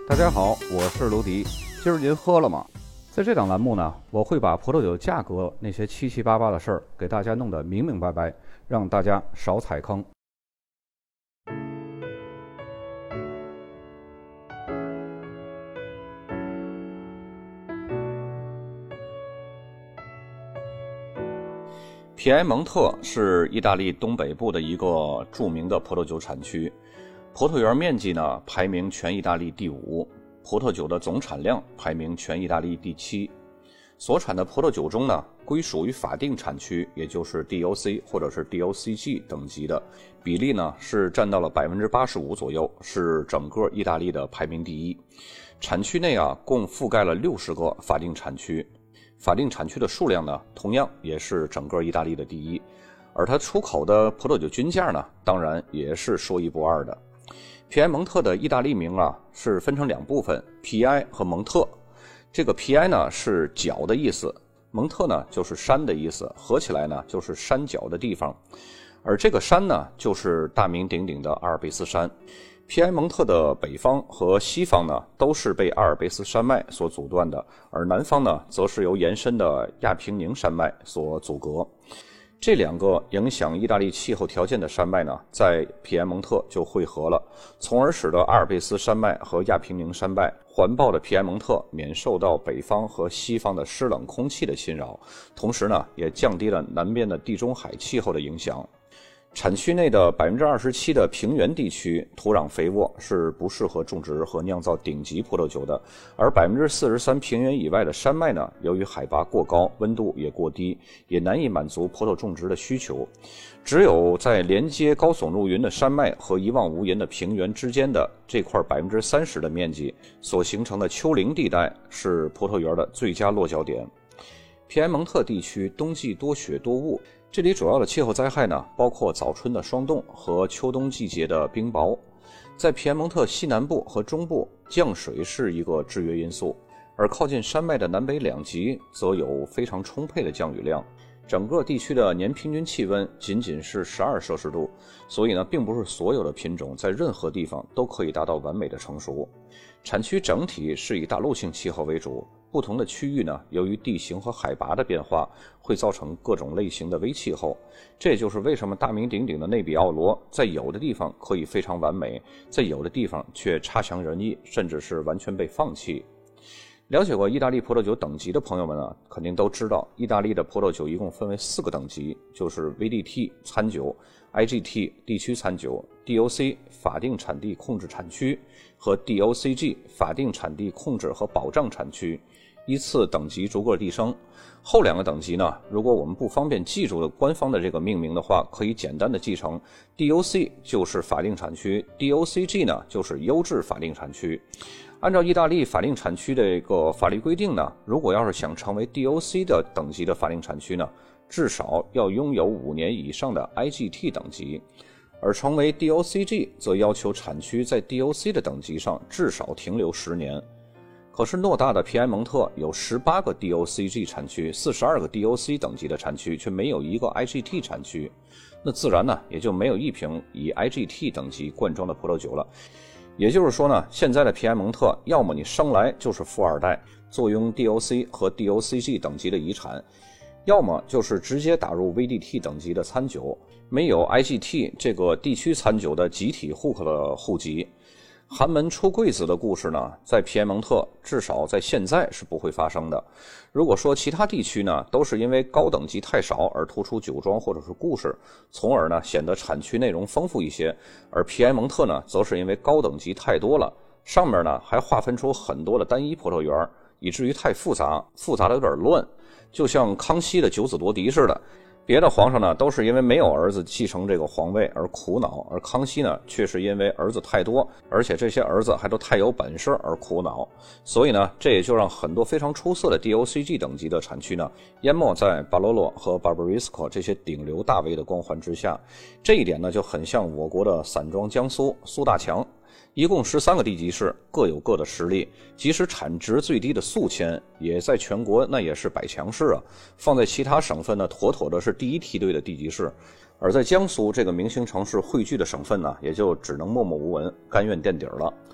大家好，我是卢迪。今儿您喝了吗？在这档栏目呢，我会把葡萄酒价格那些七七八八的事儿给大家弄得明明白白，让大家少踩坑。皮埃蒙特是意大利东北部的一个著名的葡萄酒产区，葡萄园面积呢排名全意大利第5，葡萄酒的总产量排名全意大利第7。所产的葡萄酒中呢，归属于法定产区，也就是 DOC 或者是 DOCG 等级的比例呢是占到了 85% 左右，是整个意大利的排名第1。产区内共覆盖了60个法定产区。法定产区的数量呢，同样也是整个意大利的第1，而它出口的葡萄酒均价呢，当然也是说一不二的。皮埃蒙特的意大利名是分成2部分，皮埃和蒙特。这个皮埃呢是角的意思，蒙特呢就是山的意思，合起来呢就是山脚的地方。而这个山呢，就是大名鼎鼎的阿尔卑斯山。皮埃蒙特的北方和西方呢，都是被阿尔卑斯山脉所阻断的，而南方呢，则是由延伸的亚平宁山脉所阻隔。这2个影响意大利气候条件的山脉呢，在皮埃蒙特就汇合了，从而使得阿尔卑斯山脉和亚平宁山脉环抱的皮埃蒙特免受到北方和西方的湿冷空气的侵扰，同时呢，也降低了南边的地中海气候的影响。产区内的 27% 的平原地区土壤肥沃，是不适合种植和酿造顶级葡萄酒的，而 43% 平原以外的山脉呢，由于海拔过高，温度也过低，也难以满足葡萄种植的需求。只有在连接高耸入云的山脉和一望无垠的平原之间的这块 30% 的面积所形成的丘陵地带，是葡萄园的最佳落脚点。皮埃蒙特地区冬季多雪多雾，这里主要的气候灾害呢，包括早春的霜冻和秋冬季节的冰雹。在皮埃蒙特西南部和中部，降水是一个制约因素，而靠近山脉的南北2极则有非常充沛的降雨量。整个地区的年平均气温仅仅是12摄氏度，所以呢，并不是所有的品种在任何地方都可以达到完美的成熟。产区整体是以大陆性气候为主，不同的区域呢，由于地形和海拔的变化，会造成各种类型的微气候。这也就是为什么大名鼎鼎的内比奥罗在有的地方可以非常完美，在有的地方却差强人意，甚至是完全被放弃。了解过意大利葡萄酒等级的朋友们呢，肯定都知道，意大利的葡萄酒一共分为4个等级，就是 VDT 餐酒、IGT 地区餐酒、DOC 法定产地控制产区和 DOCG 法定产地控制和保障产区，依次等级逐个递升。后2个等级呢，如果我们不方便记住官方的这个命名的话，可以简单的记成 DOC 就是法定产区， DOCG 呢就是优质法定产区。按照意大利法定产区的这个法律规定呢，如果要是想成为 DOC 的等级的法定产区呢，至少要拥有5年以上的 IGT 等级，而成为 DOCG 则要求产区在 DOC 的等级上至少停留10年。可是偌大的皮埃蒙特有18个 DOCG 产区，42个 DOC 等级的产区，却没有一个 IGT 产区，那自然呢，也就没有一瓶以 IGT 等级灌装的葡萄酒了。也就是说呢，现在的皮埃蒙特，要么你生来就是富二代，坐拥 DOC 和 DOCG 等级的遗产，要么就是直接打入 VDT 等级的餐酒，没有 IGT 这个地区餐酒的集体户口的户籍。寒门出贵子的故事呢，在皮埃蒙特至少在现在是不会发生的。如果说其他地区呢，都是因为高等级太少而突出酒庄或者是故事，从而呢显得产区内容丰富一些，而皮埃蒙特呢，则是因为高等级太多了，上面呢还划分出很多的单一葡萄园，以至于太复杂的有点乱，就像康熙的九子夺嫡似的。别的皇上呢，都是因为没有儿子继承这个皇位而苦恼，而康熙呢，却是因为儿子太多，而且这些儿子还都太有本事而苦恼。所以呢，这也就让很多非常出色的 DOCG 等级的产区呢，淹没在巴罗洛和 Barbaresco 这些顶流大 V 的光环之下。这一点呢，就很像我国的散装江苏苏大强。一共13个地级市，各有各的实力，即使产值最低的宿迁也在全国那也是百强市啊，放在其他省份呢，妥妥的是第一梯队的地级市。而在江苏这个明星城市汇聚的省份呢，也就只能默默无闻，甘愿垫底了。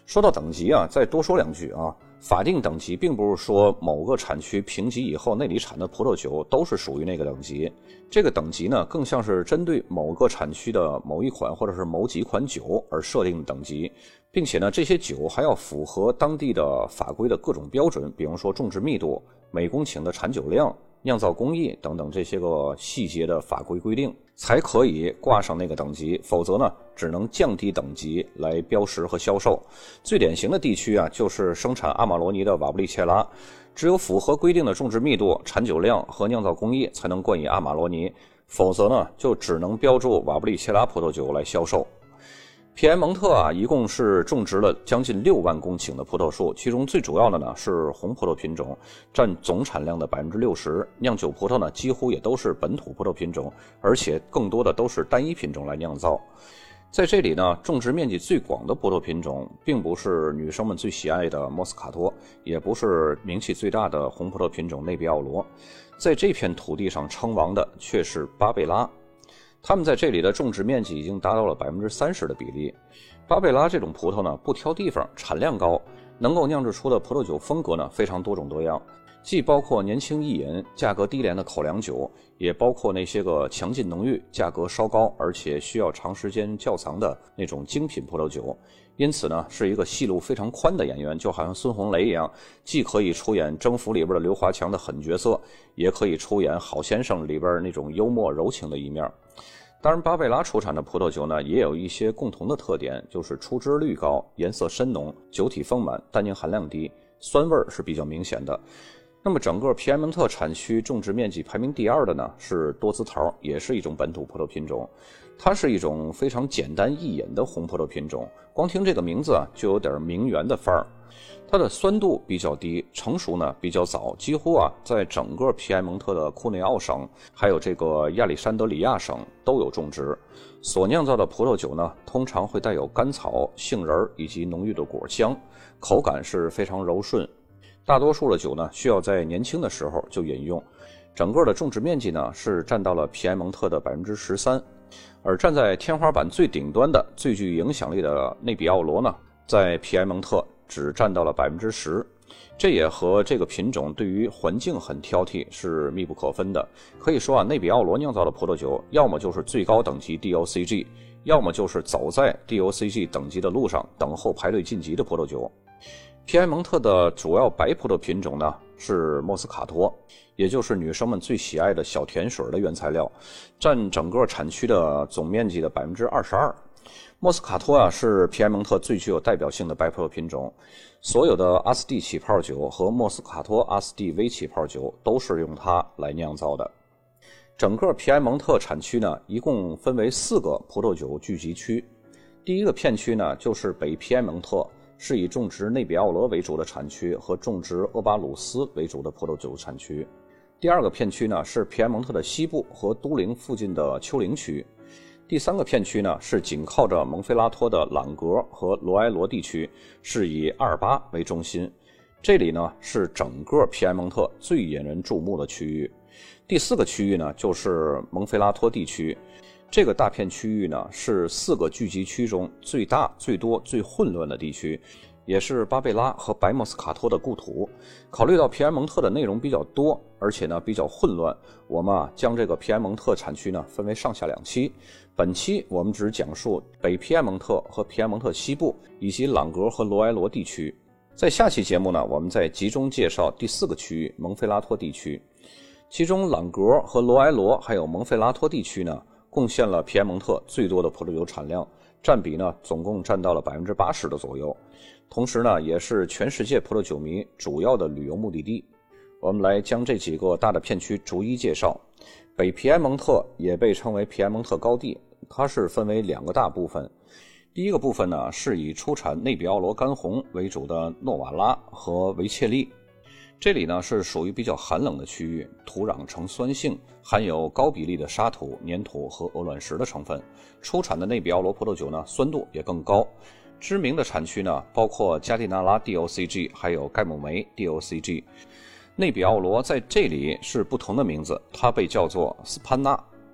说到等级啊，再多说两句啊。法定等级并不是说某个产区评级以后那里产的葡萄酒都是属于那个等级，这个等级呢更像是针对某个产区的某一款或者是某几款酒而设定的等级，并且呢这些酒还要符合当地的法规的各种标准，比如说种植密度、每公顷的产酒量、酿造工艺等等这些个细节的法规规定，才可以挂上那个等级，否则呢只能降低等级来标识和销售。最典型的地区啊，就是生产阿玛罗尼的瓦布利切拉，只有符合规定的种植密度、产酒量和酿造工艺才能冠以阿玛罗尼，否则呢就只能标注瓦布利切拉葡萄酒来销售。皮埃蒙特啊，一共是种植了将近6万公顷的葡萄树，其中最主要的呢是红葡萄品种，占总产量的 60%， 酿酒葡萄呢几乎也都是本土葡萄品种，而且更多的都是单一品种来酿造。在这里呢，种植面积最广的葡萄品种并不是女生们最喜爱的莫斯卡托，也不是名气最大的红葡萄品种内比奥罗，在这片土地上称王的却是巴贝拉。他们在这里的种植面积已经达到了 30% 的比例。巴贝拉这种葡萄呢，不挑地方，产量高，能够酿制出的葡萄酒风格呢非常多种多样，既包括年轻易饮、价格低廉的口粮酒，也包括那些个强劲浓郁、价格稍高而且需要长时间窖藏的那种精品葡萄酒。因此呢，是一个戏路非常宽的演员，就好像孙红雷一样，既可以出演《征服》里边的刘华强的狠角色，也可以出演《好先生》里边那种幽默柔情的一面。当然，巴贝拉出产的葡萄酒呢，也有一些共同的特点，就是出汁率高、颜色深浓、酒体丰满、单宁含量低，酸味是比较明显的。那么整个皮埃蒙特产区种植面积排名第2的呢是多姿桃，也是一种本土葡萄品种。它是一种非常简单易饮的红葡萄品种，光听这个名字啊就有点名媛的范儿。它的酸度比较低，成熟呢比较早，几乎啊在整个皮埃蒙特的库内奥省还有这个亚历山德里亚省都有种植。所酿造的葡萄酒呢通常会带有甘草、杏仁以及浓郁的果香，口感是非常柔顺。大多数的酒呢需要在年轻的时候就饮用。整个的种植面积呢是占到了皮埃蒙特的 13%， 而站在天花板最顶端的最具影响力的内比奥罗呢，在皮埃蒙特只占到了 10%， 这也和这个品种对于环境很挑剔是密不可分的。可以说啊，内比奥罗酿造的葡萄酒要么就是最高等级 DOCG， 要么就是走在 DOCG 等级的路上等候排队晋级的葡萄酒。皮埃蒙特的主要白葡萄品种呢是莫斯卡托，也就是女生们最喜爱的小甜水的原材料，占整个产区的总面积的 22%。莫斯卡托啊是皮埃蒙特最具有代表性的白葡萄品种，所有的阿斯蒂起泡酒和莫斯卡托阿斯蒂微起泡酒都是用它来酿造的。整个皮埃蒙特产区呢一共分为4个葡萄酒聚集区。第一个片区呢就是北皮埃蒙特，是以种植内比奥罗为主的产区和种植厄巴鲁斯为主的葡萄酒产区。第2个片区呢是皮埃蒙特的西部和都灵附近的丘陵区。第3个片区呢是紧靠着蒙菲拉托的朗格和罗埃罗地区，是以阿尔巴为中心。这里呢是整个皮埃蒙特最引人注目的区域。第4个区域呢就是蒙菲拉托地区。这个大片区域呢是4个聚集区中最大、最多、最混乱的地区，也是巴贝拉和白莫斯卡托的故土。考虑到皮埃蒙特的内容比较多，而且呢比较混乱，我们将这个皮埃蒙特产区呢分为上下2期。本期我们只讲述北皮埃蒙特和皮埃蒙特西部以及朗格和罗埃罗地区。在下期节目呢，我们再集中介绍第4个区域蒙菲拉托地区。其中朗格和罗埃罗还有蒙菲拉托地区呢贡献了皮埃蒙特最多的葡萄酒产量，占比呢总共占到了 80% 的左右。同时呢也是全世界葡萄酒迷主要的旅游目的地。我们来将这几个大的片区逐一介绍。北皮埃蒙特也被称为皮埃蒙特高地，它是分为2个大部分。第一个部分呢是以出产内比奥罗干红为主的诺瓦拉和维切利。这里呢是属于比较寒冷的区域，土壤呈酸性，含有高比例的沙土、粘土和鹅卵石的成分。出产的内比奥罗葡萄酒呢酸度也更高。知名的产区呢包括加蒂纳拉 DOCG 还有盖姆梅 DOCG。内比奥罗在这里是不同的名字，它被叫做斯潘纳。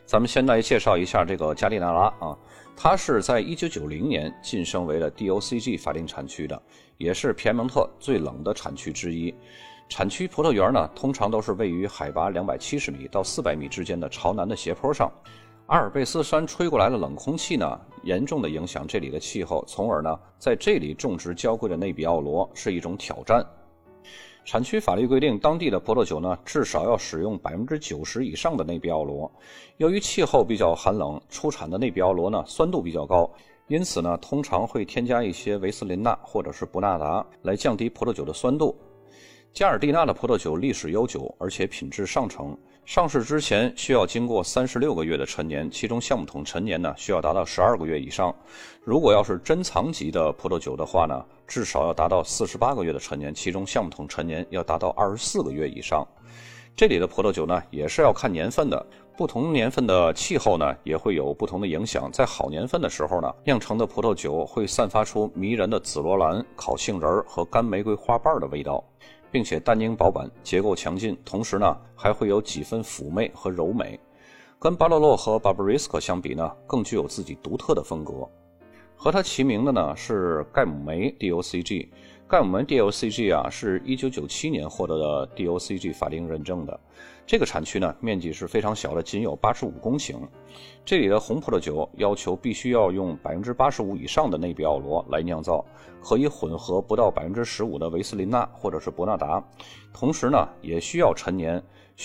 咱们先来介绍一下这个加利纳拉啊，它是在1990年晋升为了 DOCG 法定产区的，也是皮埃蒙特最冷的产区之一。产区葡萄园呢，通常都是位于海拔270米到400米之间的朝南的斜坡上。阿尔卑斯山吹过来的冷空气呢，严重的影响这里的气候，从而呢，在这里种植娇贵的内比奥罗是一种挑战。产区法律规定，当地的葡萄酒呢，至少要使用 90% 以上的内比奥罗。由于气候比较寒冷，出产的内比奥罗呢，酸度比较高，因此呢，通常会添加一些维斯林纳或者是博纳达来降低葡萄酒的酸度。加尔蒂纳的葡萄酒历史悠久，而且品质上乘。上市之前需要经过36个月的陈年，其中橡木桶陈年呢需要达到12个月以上。如果要是珍藏级的葡萄酒的话呢，至少要达到48个月的陈年，其中橡木桶陈年要达到24个月以上。这里的葡萄酒呢也是要看年份的，不同年份的气候呢也会有不同的影响。在好年份的时候呢，酿成的葡萄酒会散发出迷人的紫罗兰、烤杏仁和干玫瑰花瓣的味道，并且单宁饱满，结构强劲，同时呢还会有几分妩媚和柔美。跟巴洛洛和巴布瑞斯克相比呢，更具有自己独特的风格。和它齐名的呢是盖姆梅 DOCG。盖姆梅 DOCG 啊是1997年获得的 DOCG 法定认证的。这个产区呢面积是非常小的，仅有85公顷。这里的红葡萄酒要求必须要用 85% 以上的内比奥罗来酿造，可以混合不到 15% 的维斯林纳或者是博纳达，同时呢也需要陈年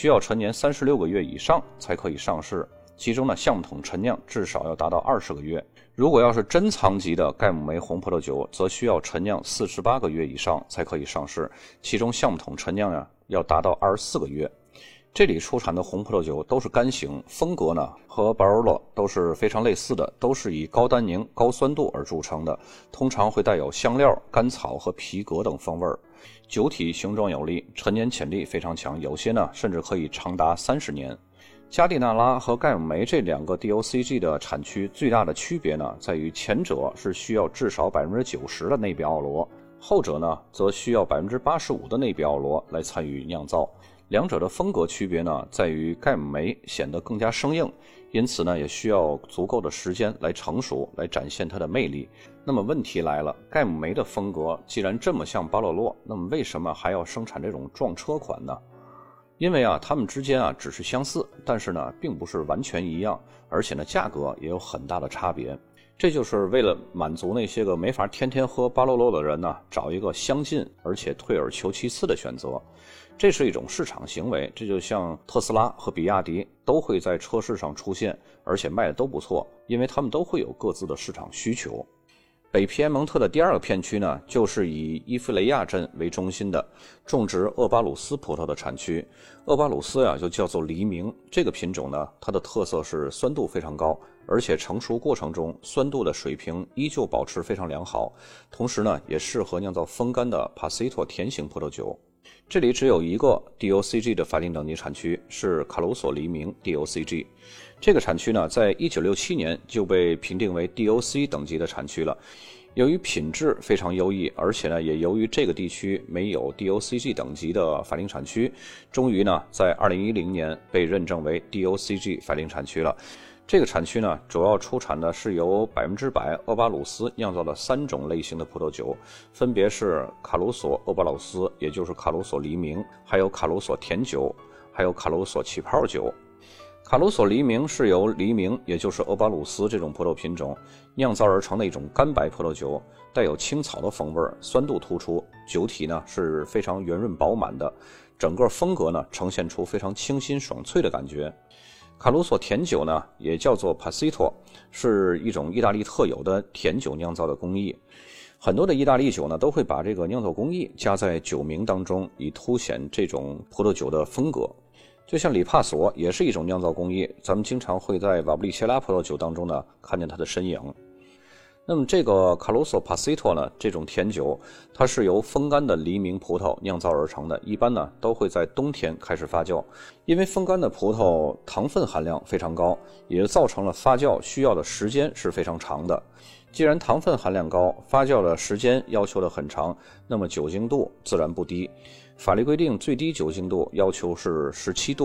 36个月以上才可以上市，其中呢橡木桶陈酿至少要达到20个月。如果要是珍藏级的盖姆梅红葡萄酒，则需要陈酿48个月以上才可以上市，其中橡木桶陈酿呢要达到24个月。这里出产的红葡萄酒都是干型，风格呢和巴罗洛都是非常类似的，都是以高单宁、高酸度而著称的，通常会带有香料、甘草和皮革等风味。酒体形状有力，陈年潜力非常强，有些呢甚至可以长达30年。加利纳拉和盖姆梅这两个 DOCG 的产区最大的区别呢，在于前者是需要至少 90% 的内比奥罗，后者呢则需要 85% 的内比奥罗来参与酿造。两者的风格区别呢，在于盖姆梅显得更加生硬，因此呢也需要足够的时间来成熟，来展现它的魅力。那么问题来了，盖姆梅的风格既然这么像巴洛洛，那么为什么还要生产这种撞车款呢？因为它们之间只是相似，但是呢并不是完全一样，而且呢价格也有很大的差别。这就是为了满足那些个没法天天喝巴洛洛的人呢，找一个相近而且退而求其次的选择。这是一种市场行为，这就像特斯拉和比亚迪都会在车市上出现，而且卖的都不错，因为他们都会有各自的市场需求。北皮埃蒙特的第二个片区呢，就是以伊夫雷亚镇为中心的种植厄巴鲁斯葡萄的产区。厄巴鲁斯就叫做黎明，这个品种呢，它的特色是酸度非常高，而且成熟过程中酸度的水平依旧保持非常良好，同时呢，也适合酿造风干的帕西托甜型葡萄酒。这里只有一个 DOCG 的法定等级产区，是卡鲁索黎明 DOCG。这个产区呢，在1967年就被评定为 DOC 等级的产区了。由于品质非常优异，而且呢，也由于这个地区没有 DOCG 等级的法定产区，终于呢，在2010年被认证为 DOCG 法定产区了。这个产区呢，主要出产的是由100%厄巴鲁斯酿造的3种类型的葡萄酒，分别是卡鲁索厄巴鲁斯，也就是卡鲁索黎明，还有卡鲁索甜酒，还有卡鲁索起泡酒。卡鲁索黎明是由黎明，也就是厄巴鲁斯这种葡萄品种酿造而成的一种干白葡萄酒，带有青草的风味，酸度突出，酒体呢是非常圆润饱满的，整个风格呢呈现出非常清新爽脆的感觉。卡鲁索甜酒呢，也叫做 Passito， 是一种意大利特有的甜酒酿造的工艺。很多的意大利酒呢，都会把这个酿造工艺加在酒名当中，以凸显这种葡萄酒的风格。就像里帕索也是一种酿造工艺，咱们经常会在瓦布里切拉葡萄酒当中呢看见它的身影。那么这个卡鲁索帕西托呢，这种甜酒它是由风干的黎明葡萄酿造而成的，一般呢都会在冬天开始发酵。因为风干的葡萄糖分含量非常高，也造成了发酵需要的时间是非常长的。既然糖分含量高，发酵的时间要求的很长，那么酒精度自然不低。法律规定最低酒精度要求是17度，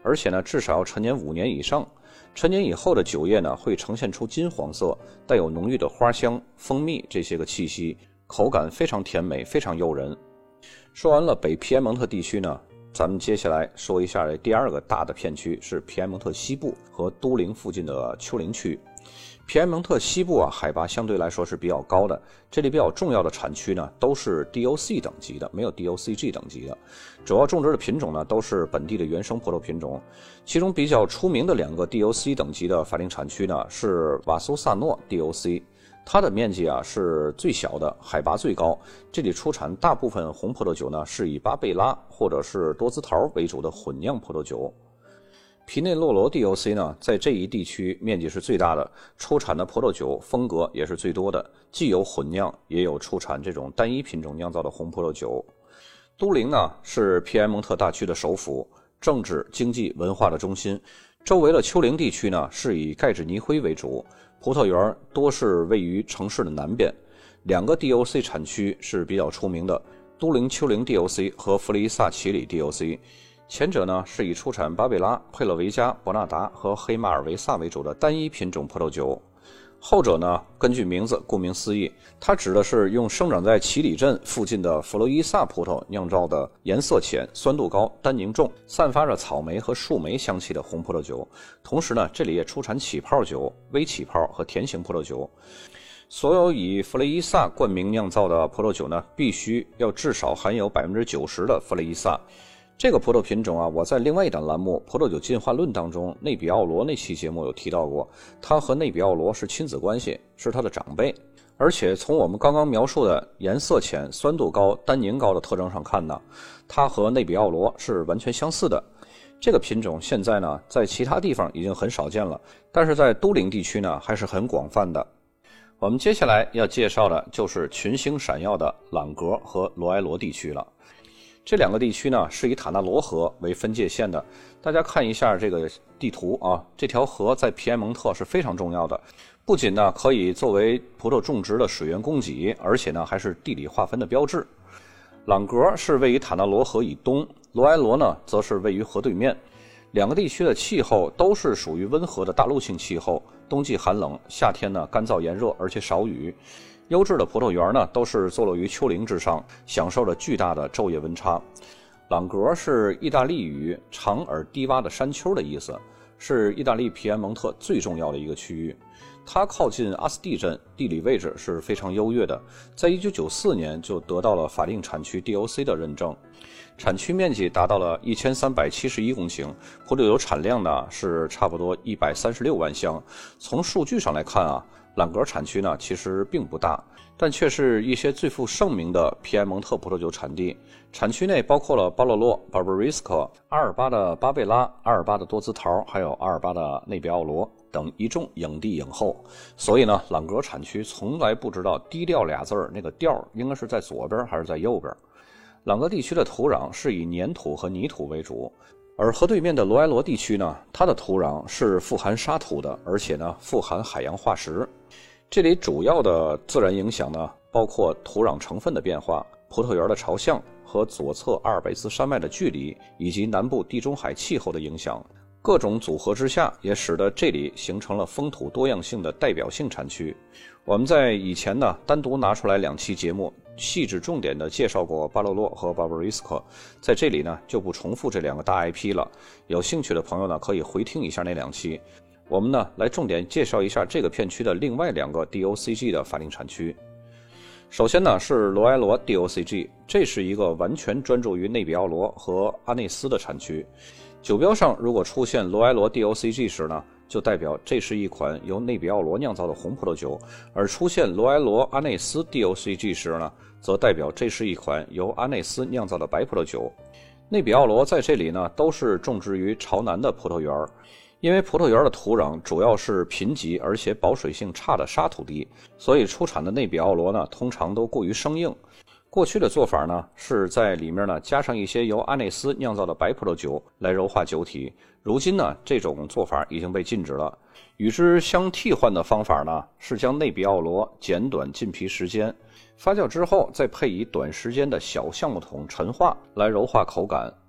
而且呢至少要陈年5年以上。陈年以后的酒液呢会呈现出金黄色，带有浓郁的花香、蜂蜜这些个气息，口感非常甜美，非常诱人。说完了北皮埃蒙特地区呢，咱们接下来说一下第二个大的片区，是皮埃蒙特西部和都灵附近的丘陵区。皮埃蒙特西部海拔相对来说是比较高的，这里比较重要的产区呢都是 DOC 等级的，没有 DOCG 等级的。主要种植的品种呢都是本地的原生葡萄品种，其中比较出名的2个 DOC 等级的法定产区呢是瓦苏萨诺 DOC， 它的面积是最小的，海拔最高，这里出产大部分红葡萄酒呢是以巴贝拉或者是多姿桃为主的混酿葡萄酒。皮内洛罗 DOC 呢，在这一地区面积是最大的，出产的葡萄酒风格也是最多的，既有混酿，也有出产这种单一品种酿造的红葡萄酒。都灵呢是皮埃蒙特大区的首府，政治、经济、文化的中心。周围的丘陵地区呢是以盖指尼灰为主，葡萄园多是位于城市的南边。2个 DOC 产区是比较出名的，都灵丘陵 DOC 和弗雷伊萨奇里 DOC。前者呢是以出产巴贝拉、佩勒维加、伯纳达和黑马尔维萨为主的单一品种葡萄酒，后者呢根据名字顾名思义，它指的是用生长在奇里镇附近的弗洛伊萨葡萄酿造的颜色浅、酸度高、单宁重、散发着草莓和树莓香气的红葡萄酒。同时呢这里也出产起泡酒、微起泡和甜型葡萄酒。所有以弗雷伊萨冠名酿造的葡萄酒呢必须要至少含有 90% 的弗雷伊萨。这个葡萄品种我在另外一档栏目《葡萄酒进化论》当中，内比奥罗那期节目有提到过，它和内比奥罗是亲子关系，是它的长辈。而且从我们刚刚描述的颜色浅、酸度高、单宁高的特征上看呢，它和内比奥罗是完全相似的。这个品种现在呢，在其他地方已经很少见了，但是在都灵地区呢，还是很广泛的。我们接下来要介绍的就是群星闪耀的朗格和罗埃罗地区了。这2个地区呢是以塔纳罗河为分界线的，大家看一下这个地图这条河在皮埃蒙特是非常重要的，不仅呢可以作为葡萄种植的水源供给，而且呢还是地理划分的标志。朗格是位于塔纳罗河以东，罗埃罗呢则是位于河对面。2个地区的气候都是属于温和的大陆性气候，冬季寒冷，夏天呢干燥炎热，而且少雨。优质的葡萄园呢都是坐落于丘陵之上，享受着巨大的昼夜温差。朗格是意大利语长而低洼的山丘的意思，是意大利皮埃蒙特最重要的一个区域。它靠近阿斯蒂镇，地理位置是非常优越的，在1994年就得到了法定产区 DOC 的认证，产区面积达到了1371公顷，葡萄酒产量呢是差不多136万箱。从数据上来看朗格产区呢其实并不大，但却是一些最负盛名的皮埃蒙特葡萄酒产地。产区内包括了巴洛洛、Barbaresco、阿尔巴的巴贝拉、阿尔巴的多姿桃，还有阿尔巴的内比奥罗等一众影帝影后。所以呢，朗格产区从来不知道低调俩字儿，那个调应该是在左边还是在右边。朗格地区的土壤是以粘土和泥土为主，而河对面的罗埃罗地区呢，它的土壤是富含沙土的，而且呢富含海洋化石。这里主要的自然影响呢，包括土壤成分的变化、葡萄园的朝向和左侧阿尔卑斯山脉的距离，以及南部地中海气候的影响。各种组合之下，也使得这里形成了风土多样性的代表性产区。我们在以前呢，单独拿出来2期节目，细致重点的介绍过巴洛洛和 Barbaresco， 在这里呢就不重复这2个大 IP 了。有兴趣的朋友呢，可以回听一下那2期。我们呢来重点介绍一下这个片区的另外2个 DOCG 的法定产区。首先呢是罗埃罗 DOCG， 这是一个完全专注于内比奥罗和阿内斯的产区。酒标上如果出现罗埃罗 DOCG 时呢，就代表这是一款由内比奥罗酿造的红葡萄酒，而出现罗埃罗阿内斯 DOCG 时呢，则代表这是一款由阿内斯酿造的白葡萄酒。内比奥罗在这里呢都是种植于朝南的葡萄园，因为葡萄园的土壤主要是贫瘠而且保水性差的沙土地，所以出产的内比奥罗呢通常都过于生硬。过去的做法呢是在里面呢加上一些由阿内斯酿造的白葡萄酒来柔化酒体，如今呢这种做法已经被禁止了。与之相替换的方法呢是将内比奥罗减短浸皮时间，发酵之后再配以短时间的小橡木桶陈化来柔化口感。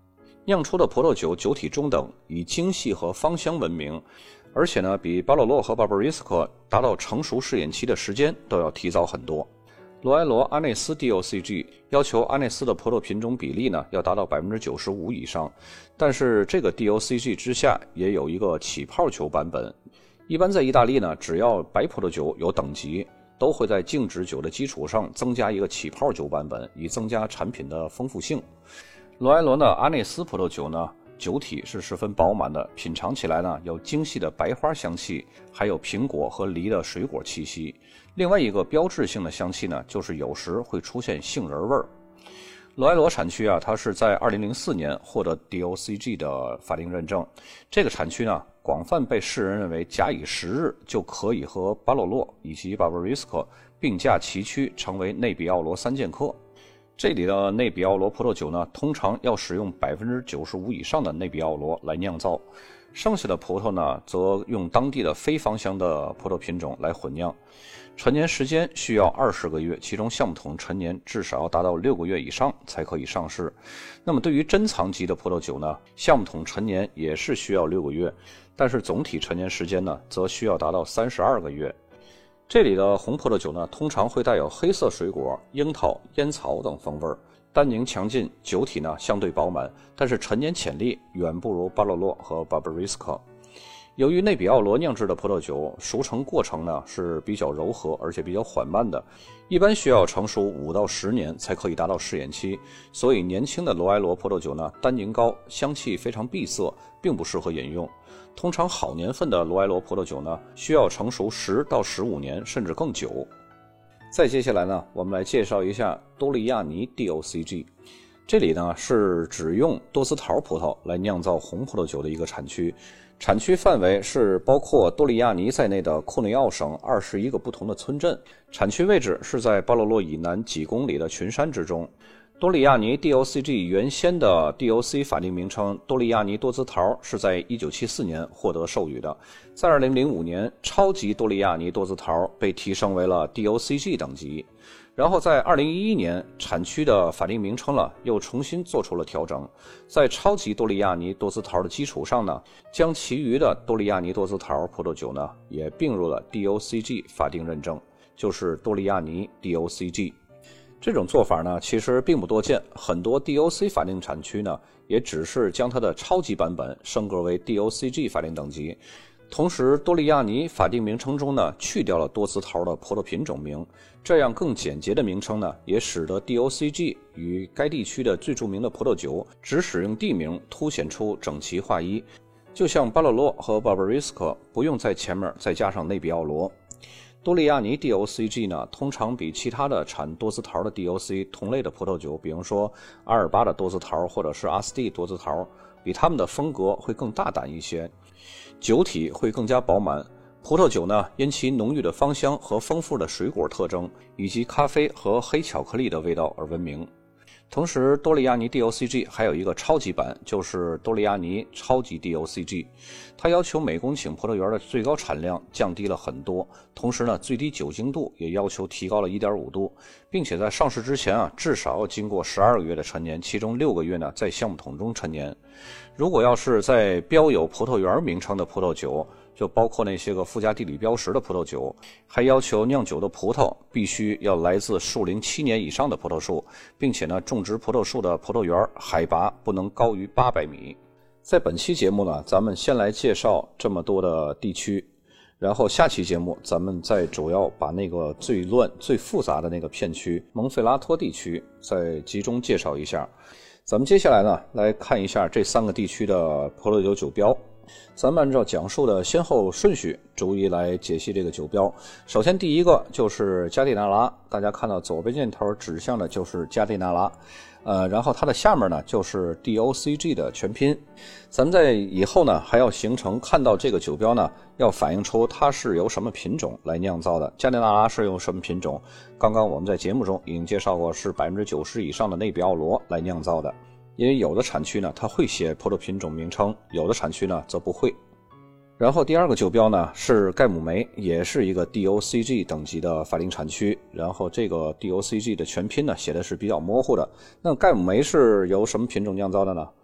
酿出的葡萄酒酒体中等，以精细和芳香闻名，而且呢，比巴洛洛和 Barbaresco 达到成熟试验期的时间都要提早很多。罗埃罗阿内斯 DOCG 要求阿内斯的葡萄品种比例呢要达到 95% 以上，但是这个 DOCG 之下也有一个起泡酒版本。一般在意大利呢，只要白葡萄酒有等级，都会在静止酒的基础上增加一个起泡酒版本，以增加产品的丰富性。罗埃罗的阿内斯葡萄酒呢，酒体是十分饱满的，品尝起来呢有精细的白花香气，还有苹果和梨的水果气息。另外一个标志性的香气呢，就是有时会出现杏仁味儿。罗埃罗产区啊，它是在2004年获得 DOCG 的法定认证。这个产区呢，广泛被世人认为假以时日就可以和巴洛洛以及 Barbaresco 并驾齐驱，成为内比奥罗三剑客。这里的内比奥罗葡萄酒呢，通常要使用 95% 以上的内比奥罗来酿造，剩下的葡萄呢，则用当地的非芳香的葡萄品种来混酿。陈年时间需要20个月，其中橡木桶陈年至少要达到6个月以上才可以上市。那么对于珍藏级的葡萄酒呢，橡木桶陈年也是需要6个月，但是总体陈年时间呢，则需要达到32个月。这里的红葡萄酒呢，通常会带有黑色水果、樱桃、烟草等风味，单宁强劲，酒体呢相对饱满，但是陈年潜力远不如巴洛洛和 Barbaresco。由于内比奥罗酿制的葡萄酒熟成过程呢是比较柔和而且比较缓慢的，一般需要成熟5到10年才可以达到试验期，所以年轻的罗埃罗葡萄酒呢单宁高，香气非常闭塞，并不适合饮用。通常好年份的罗埃罗葡萄酒呢需要成熟10到15年甚至更久。再接下来呢，我们来介绍一下多利亚尼 DOCG。这里呢是只用多姿桃葡萄来酿造红葡萄酒的一个产区，产区范围是包括多利亚尼在内的库内奥省21个不同的村镇，产区位置是在巴洛洛以南几公里的群山之中。多利亚尼 DOCG 原先的 DOC 法定名称多利亚尼多姿桃是在1974年获得授予的，在2005年超级多利亚尼多姿桃被提升为了 DOCG 等级，然后在2011年产区的法定名称又重新做出了调整，在超级多利亚尼多姿桃的基础上呢，将其余的多利亚尼多姿桃葡萄酒呢也并入了 DOCG 法定认证，就是多利亚尼 DOCG。这种做法呢，其实并不多见，很多 DOC 法定产区呢，也只是将它的超级版本升格为 DOCG 法定等级。同时，多利亚尼法定名称中呢，去掉了多姿桃的葡萄品种名，这样更简洁的名称呢，也使得 DOCG 与该地区的最著名的葡萄酒只使用地名，凸显出整齐划一。就像巴洛洛和 Barbaresco 不用在前面再加上内比奥罗。多利亚尼 DOCG 呢，通常比其他的产多姿桃的 DOC 同类的葡萄酒，比如说阿尔巴的多姿桃或者是阿斯蒂多姿桃，比他们的风格会更大胆一些，酒体会更加饱满。葡萄酒呢，因其浓郁的芳香和丰富的水果特征，以及咖啡和黑巧克力的味道而闻名。同时，多利亚尼 DOCG 还有一个超级版，就是多利亚尼超级 DOCG， 它要求每公顷葡萄园的最高产量降低了很多，同时呢，最低酒精度也要求提高了 1.5 度，并且在上市之前至少要经过12个月的陈年，其中6个月呢在橡木桶中陈年。如果要是在标有葡萄园名称的葡萄酒，就包括那些个附加地理标识的葡萄酒，还要求酿酒的葡萄必须要来自树龄7年以上的葡萄树，并且呢，种植葡萄树的葡萄园海拔不能高于800米。在本期节目呢，咱们先来介绍这么多的地区，然后下期节目咱们再主要把那个最乱最复杂的那个片区蒙费拉托地区再集中介绍一下。咱们接下来呢，来看一下这3个地区的葡萄酒酒标。咱们按照讲述的先后顺序逐一来解析这个酒标。首先第一个就是加蒂纳拉，大家看到左边箭头指向的就是加蒂纳拉，然后它的下面呢就是 DOCG 的全拼。咱们在以后呢还要形成看到这个酒标呢，要反映出它是由什么品种来酿造的。加蒂纳拉是用什么品种？刚刚我们在节目中已经介绍过，是 90% 以上的内比奥罗来酿造的。因为有的产区呢，它会写葡萄品种名称，有的产区呢则不会。然后第二个酒标呢是盖姆梅，也是一个 DOCG 等级的法定产区。然后这个 DOCG 的全拼呢写的是比较模糊的。那盖姆梅是由什么品种酿造的呢？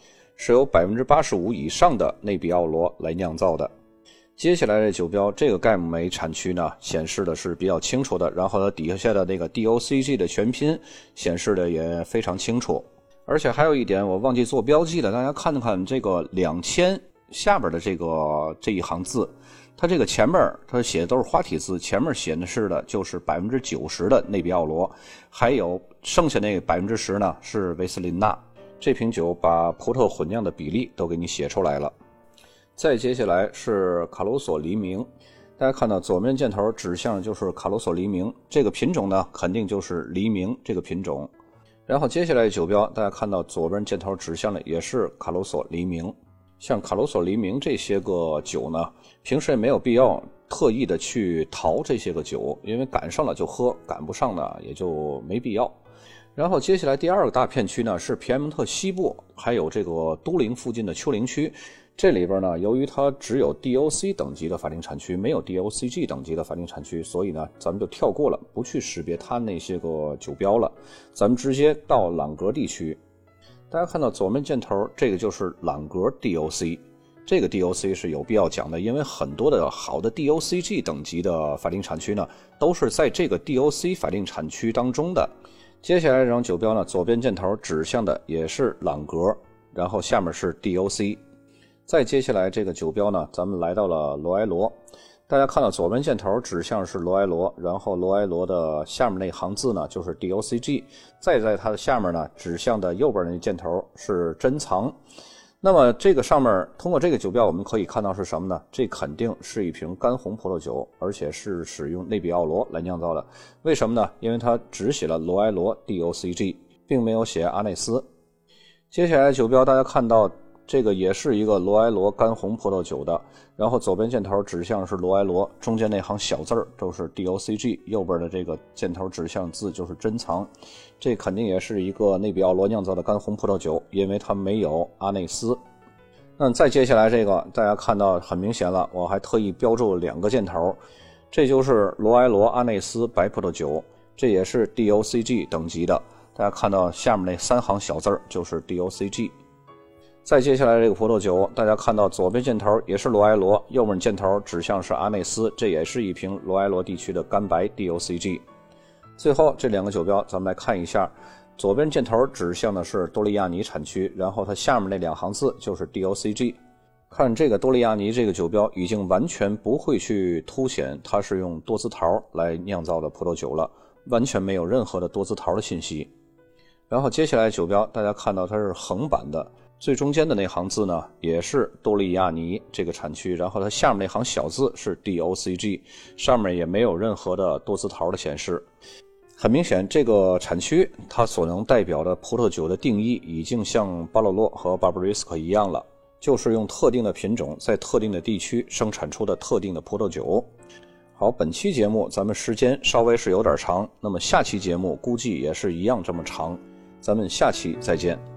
是由 85% 以上的内比奥罗来酿造的。接下来的酒标，这个盖姆梅产区呢显示的是比较清楚的，然后它底下的那个 DOCG 的全拼显示的也非常清楚。而且还有一点我忘记做标记了，大家看看这个2000下边的这一行字，它这个前面它写的都是花体字，前面显示的就是 90% 的内比奥罗，还有剩下那个 10% 呢是维斯林纳。这瓶酒把葡萄混酿的比例都给你写出来了。再接下来是卡罗索黎明，大家看到左面箭头指向就是卡罗索黎明，这个品种呢肯定就是黎明这个品种。然后接下来的酒标，大家看到左边箭头指向的也是卡罗索黎明。像卡罗索黎明这些个酒呢，平时也没有必要特意的去淘这些个酒，因为赶上了就喝，赶不上呢也就没必要。然后接下来第二个大片区呢是皮埃蒙特西部，还有这个都灵附近的丘陵区。这里边呢，由于它只有 DOC 等级的法定产区，没有 DOCG 等级的法定产区，所以呢，咱们就跳过了，不去识别它那些个酒标了，咱们直接到朗格地区。大家看到左面箭头，这个就是朗格 DOC， 这个 DOC 是有必要讲的，因为很多的好的 DOCG 等级的法定产区呢，都是在这个 DOC 法定产区当中的。接下来这张酒标呢，左边箭头指向的也是朗格，然后下面是 DOC。再接下来这个酒标呢，咱们来到了罗埃罗。大家看到左边箭头指向是罗埃罗，然后罗埃罗的下面那行字呢就是 DOCG， 再在它的下面呢指向的右边那箭头是珍藏。那么这个上面通过这个酒标我们可以看到是什么呢？这肯定是一瓶干红葡萄酒，而且是使用内比奥罗来酿造的。为什么呢？因为它只写了罗埃罗 DOCG， 并没有写阿内斯。接下来的酒标大家看到这个也是一个罗埃罗干红葡萄酒的，然后左边箭头指向是罗埃罗，中间那行小字都是 DOCG， 右边的这个箭头指向字就是珍藏。这肯定也是一个内比奥罗酿造的干红葡萄酒，因为它没有阿内斯。那再接下来这个大家看到很明显了，我还特意标注了2个箭头，这就是罗埃罗阿内斯白葡萄酒，这也是 DOCG 等级的，大家看到下面那3行小字就是 DOCG。再接下来这个葡萄酒，大家看到左边箭头也是罗埃罗，右边箭头指向是阿内斯，这也是一瓶罗埃罗地区的干白 DOCG。最后这2个酒标咱们来看一下，左边箭头指向的是多利亚尼产区，然后它下面那2行字就是 DOCG。看这个多利亚尼这个酒标已经完全不会去凸显它是用多姿桃来酿造的葡萄酒了，完全没有任何的多姿桃的信息。然后接下来酒标大家看到它是横版的，最中间的那行字呢也是多利亚尼这个产区，然后它下面那行小字是 DOCG， 上面也没有任何的多姿桃的显示。很明显这个产区它所能代表的葡萄酒的定义已经像巴洛洛和巴布瑞斯克一样了，就是用特定的品种在特定的地区生产出的特定的葡萄酒。好，本期节目咱们时间稍微是有点长，那么下期节目估计也是一样这么长，咱们下期再见。